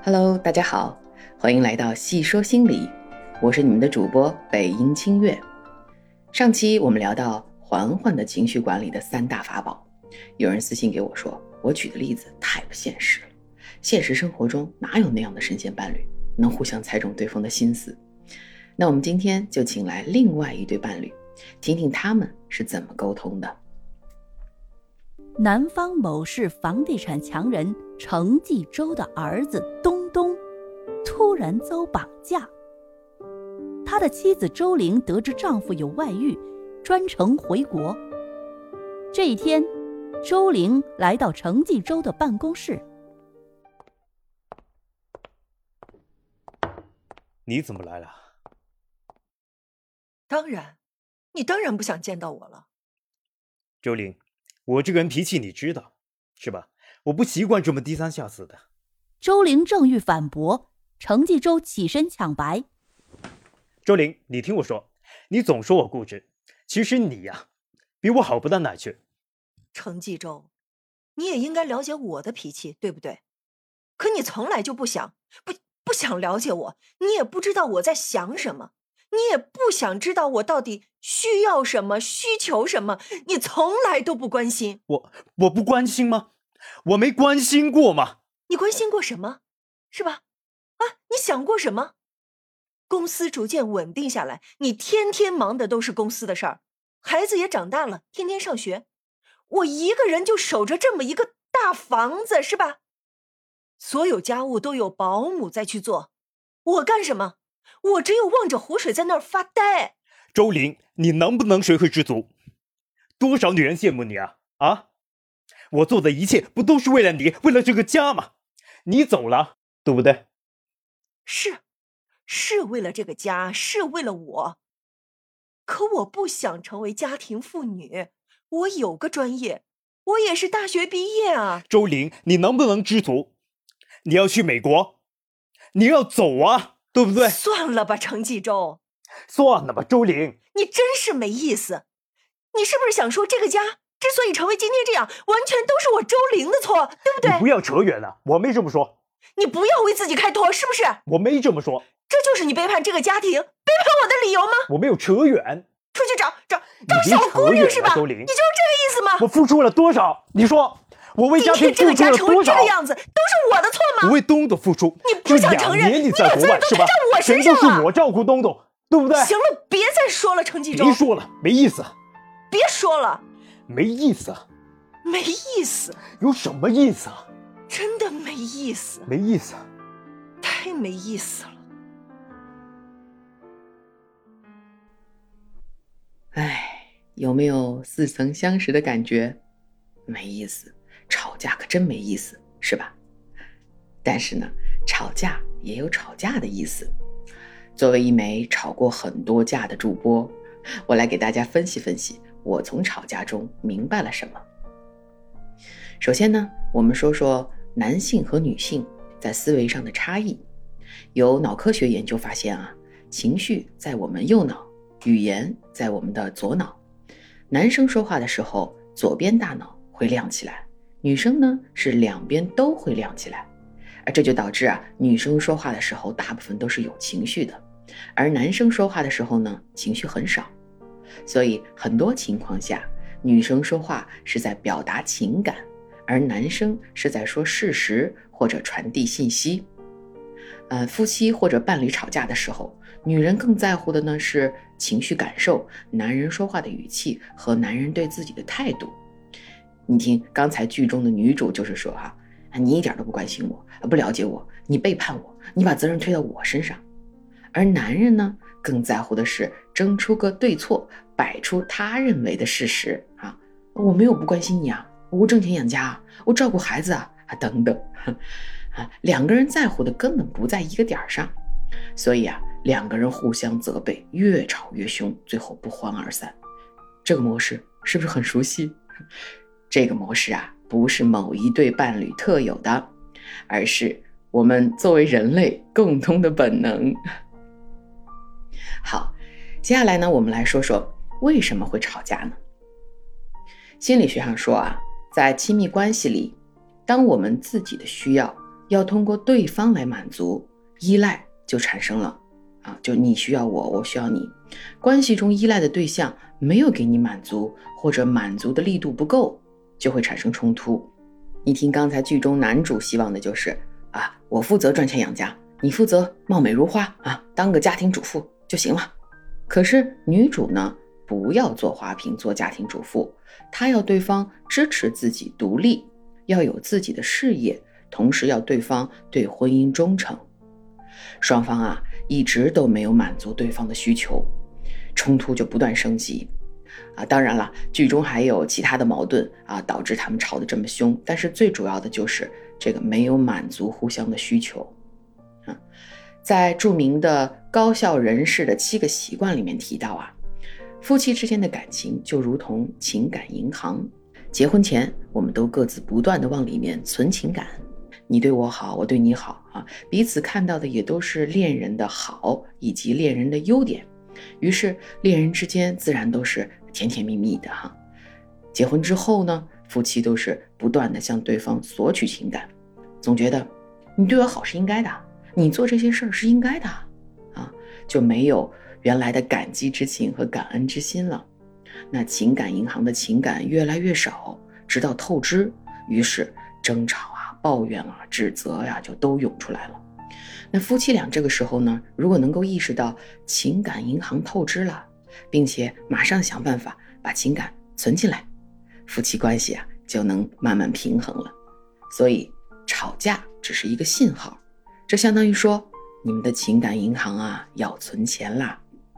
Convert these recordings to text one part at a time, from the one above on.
Hello， 大家好，欢迎来到细说心理，我是你们的主播北音清月。上期我们聊到环环的情绪管理的3大法宝，有人私信给我说，我举的例子太不现实了，现实生活中哪有那样的神仙伴侣能互相猜中对方的心思？那我们今天就请来另外一对伴侣，听听他们是怎么沟通的。 南方某市房地产强人程继周的儿子东东突然遭绑架，他的妻子周玲得知丈夫有外遇，专程回国。这一天，周玲来到程继周的办公室。 你怎么来了？ 当然，你当然不想见到我了。 周玲，我这个人脾气你知道，是吧？我不习惯这么低三下四的。 周玲正欲反驳，程继周起身抢白。 周玲，你听我说，你总说我固执，其实你呀，比我好不到哪去。 程继周，你也应该了解我的脾气，对不对？可你从来就不想了解我，你也不知道我在想什么，你也不想知道我到底需要什么，需求什么，你从来都不关心。 我不关心吗？我没关心过吗？ 你关心过什么？是吧？你想过什么？公司逐渐稳定下来，你天天忙的都是公司的事儿，孩子也长大了，天天上学，我一个人就守着这么一个大房子，是吧？所有家务都有保姆在去做，我干什么？我只有望着湖水在那儿发呆。 周玲，你能不能学会知足？多少女人羡慕你啊！我做的一切不都是为了你，为了这个家吗？你走了，对不对？ 是为了这个家，是为了我。可我不想成为家庭妇女，我有个专业，我也是大学毕业啊。 周玲，你能不能知足？你要去美国，你要走啊，对不对？ 算了吧，程继周。 算了吧，周玲。 你真是没意思。你是不是想说这个家之所以成为今天这样，完全都是我周玲的错，对不对？ 你不要扯远了，我没这么说。 你不要为自己开脱，是不是？ 我没这么说。 这就是你背叛这个家庭，背叛我的理由吗？ 我没有扯远。 出去找小姑娘是吧？ 周玲， 你就是这个意思吗？ 我付出了多少？你说我为家庭付出了多少？今天这个家成为这个样子，都是我的错吗？ 我为东东付出， 你不想承认， 你在国外是吧？全都是我照顾东东，对不对？ 行了，别再说了，程继周。 别说了，没意思。 别说了， 没意思。 没意思？ 有什么意思啊？ 真的没意思。 没意思。 太没意思了。 有没有似曾相识的感觉？没意思，吵架可真没意思，是吧？但是呢，吵架也有吵架的意思。作为一枚吵过很多架的主播，我来给大家分析分析，我从吵架中明白了什么。首先呢，我们说说男性和女性在思维上的差异。有脑科学研究发现情绪在我们右脑，语言在我们的左脑。男生说话的时候，左边大脑会亮起来，女生呢是两边都会亮起来，而这就导致女生说话的时候大部分都是有情绪的，而男生说话的时候呢情绪很少。所以很多情况下，女生说话是在表达情感，而男生是在说事实或者传递信息。夫妻或者伴侣吵架的时候，女人更在乎的呢是情绪感受，男人说话的语气和男人对自己的态度。你听刚才剧中的女主就是说你一点都不关心我，不了解我，你背叛我，你把责任推到我身上。而男人呢更在乎的是争出个对错，摆出他认为的事实我没有不关心你我挣钱养家我照顾孩子等等。两个人在乎的根本不在一个点上，所以两个人互相责备，越吵越凶，最后不欢而散。这个模式是不是很熟悉？这个模式不是某一对伴侣特有的，而是我们作为人类共通的本能。好，接下来呢，我们来说说为什么会吵架呢？心理学上说在亲密关系里，当我们自己的需要要通过对方来满足，依赖就产生了就你需要我，我需要你。关系中依赖的对象没有给你满足，或者满足的力度不够，就会产生冲突。你听刚才剧中男主希望的就是我负责赚钱养家，你负责貌美如花当个家庭主妇就行了。可是女主呢，不要做花瓶，做家庭主妇，她要对方支持自己独立，要有自己的事业，同时要对方对婚姻忠诚。双方一直都没有满足对方的需求，冲突就不断升级当然了，剧中还有其他的矛盾导致他们吵得这么凶，但是最主要的就是这个没有满足互相的需求在著名的高效人士的7个习惯里面提到夫妻之间的感情就如同情感银行，结婚前我们都各自不断地往里面存情感，你对我好，我对你好彼此看到的也都是恋人的好以及恋人的优点，于是恋人之间自然都是甜甜蜜蜜的结婚之后呢，夫妻都是不断地向对方索取情感，总觉得你对我好是应该的，你做这些事儿是应该的就没有原来的感激之情和感恩之心了。那情感银行的情感越来越少，直到透支，于是争吵抱怨指责就都涌出来了。那夫妻俩这个时候呢，如果能够意识到情感银行透支了，并且马上想办法把情感存进来，夫妻关系就能慢慢平衡了。所以吵架只是一个信号，这相当于说你们的情感银行要存钱啦。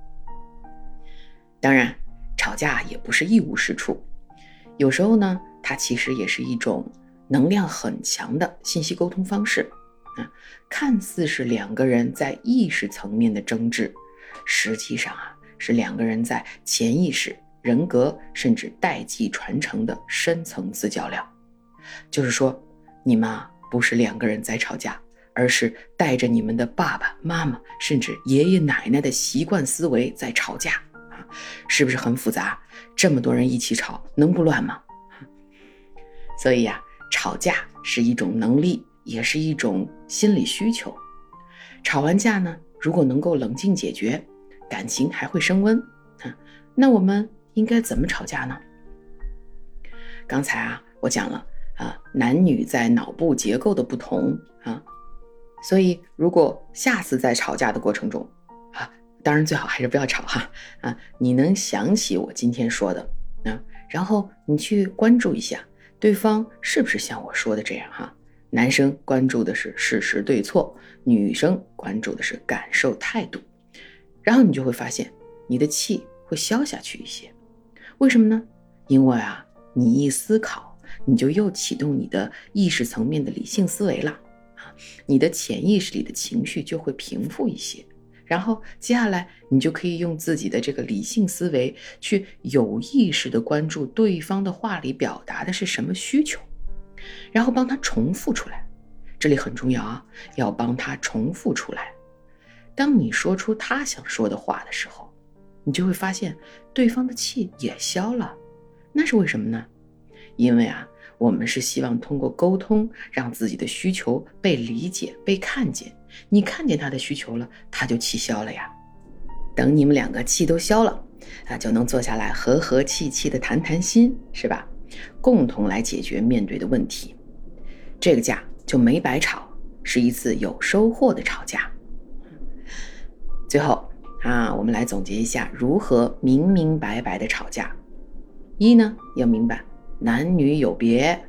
当然吵架也不是一无是处，有时候呢，它其实也是一种能量很强的信息沟通方式看似是2个人在意识层面的争执，实际上是2个人在潜意识、人格甚至代际传承的深层次较量。就是说你们不是2个人在吵架，而是带着你们的爸爸妈妈甚至爷爷奶奶的习惯思维在吵架是不是很复杂？这么多人一起吵，能不乱吗？所以吵架是一种能力，也是一种心理需求。吵完架呢，如果能够冷静解决，感情还会升温那我们应该怎么吵架呢？刚才我讲了男女在脑部结构的不同所以如果下次在吵架的过程中当然最好还是不要吵你能想起我今天说的然后你去关注一下对方是不是像我说的这样男生关注的是事实对错，女生关注的是感受态度，然后你就会发现你的气会消下去一些。为什么呢？因为你一思考，你就又启动你的意识层面的理性思维了你的潜意识里的情绪就会平复一些，然后接下来你就可以用自己的这个理性思维去有意识地关注对方的话里表达的是什么需求，然后帮他重复出来。这里很重要要帮他重复出来。当你说出他想说的话的时候，你就会发现对方的气也消了。那是为什么呢？因为我们是希望通过沟通让自己的需求被理解被看见，你看见他的需求了，他就气消了呀。等你们2个气都消了就能坐下来和和气气的谈谈心，是吧？共同来解决面对的问题，这个架就没白吵，是一次有收获的吵架。最后我们来总结一下如何明明白白的吵架。一呢，要明白男女有别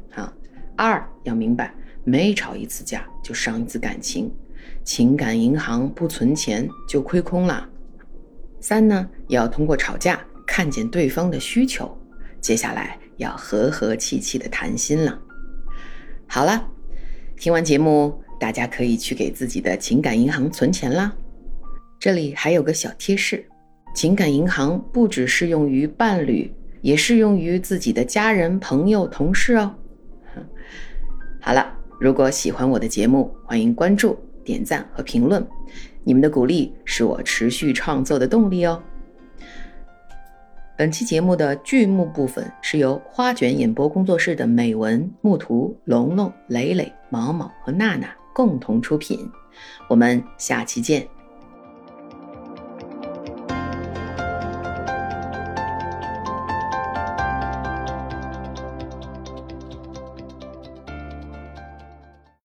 2要明白每吵一次架就伤一次感情，情感银行不存钱就亏空了。3呢，要通过吵架看见对方的需求，接下来要和和气气的谈心了。好了，听完节目，大家可以去给自己的情感银行存钱啦。这里还有个小贴士，情感银行不只适用于伴侣，也适用于自己的家人、朋友、同事哦。好了，如果喜欢我的节目，欢迎关注、点赞和评论，你们的鼓励是我持续创作的动力哦。本期节目的剧目部分是由花卷演播工作室的美文、木图、龙龙、磊磊、毛毛和娜娜共同出品。我们下期见。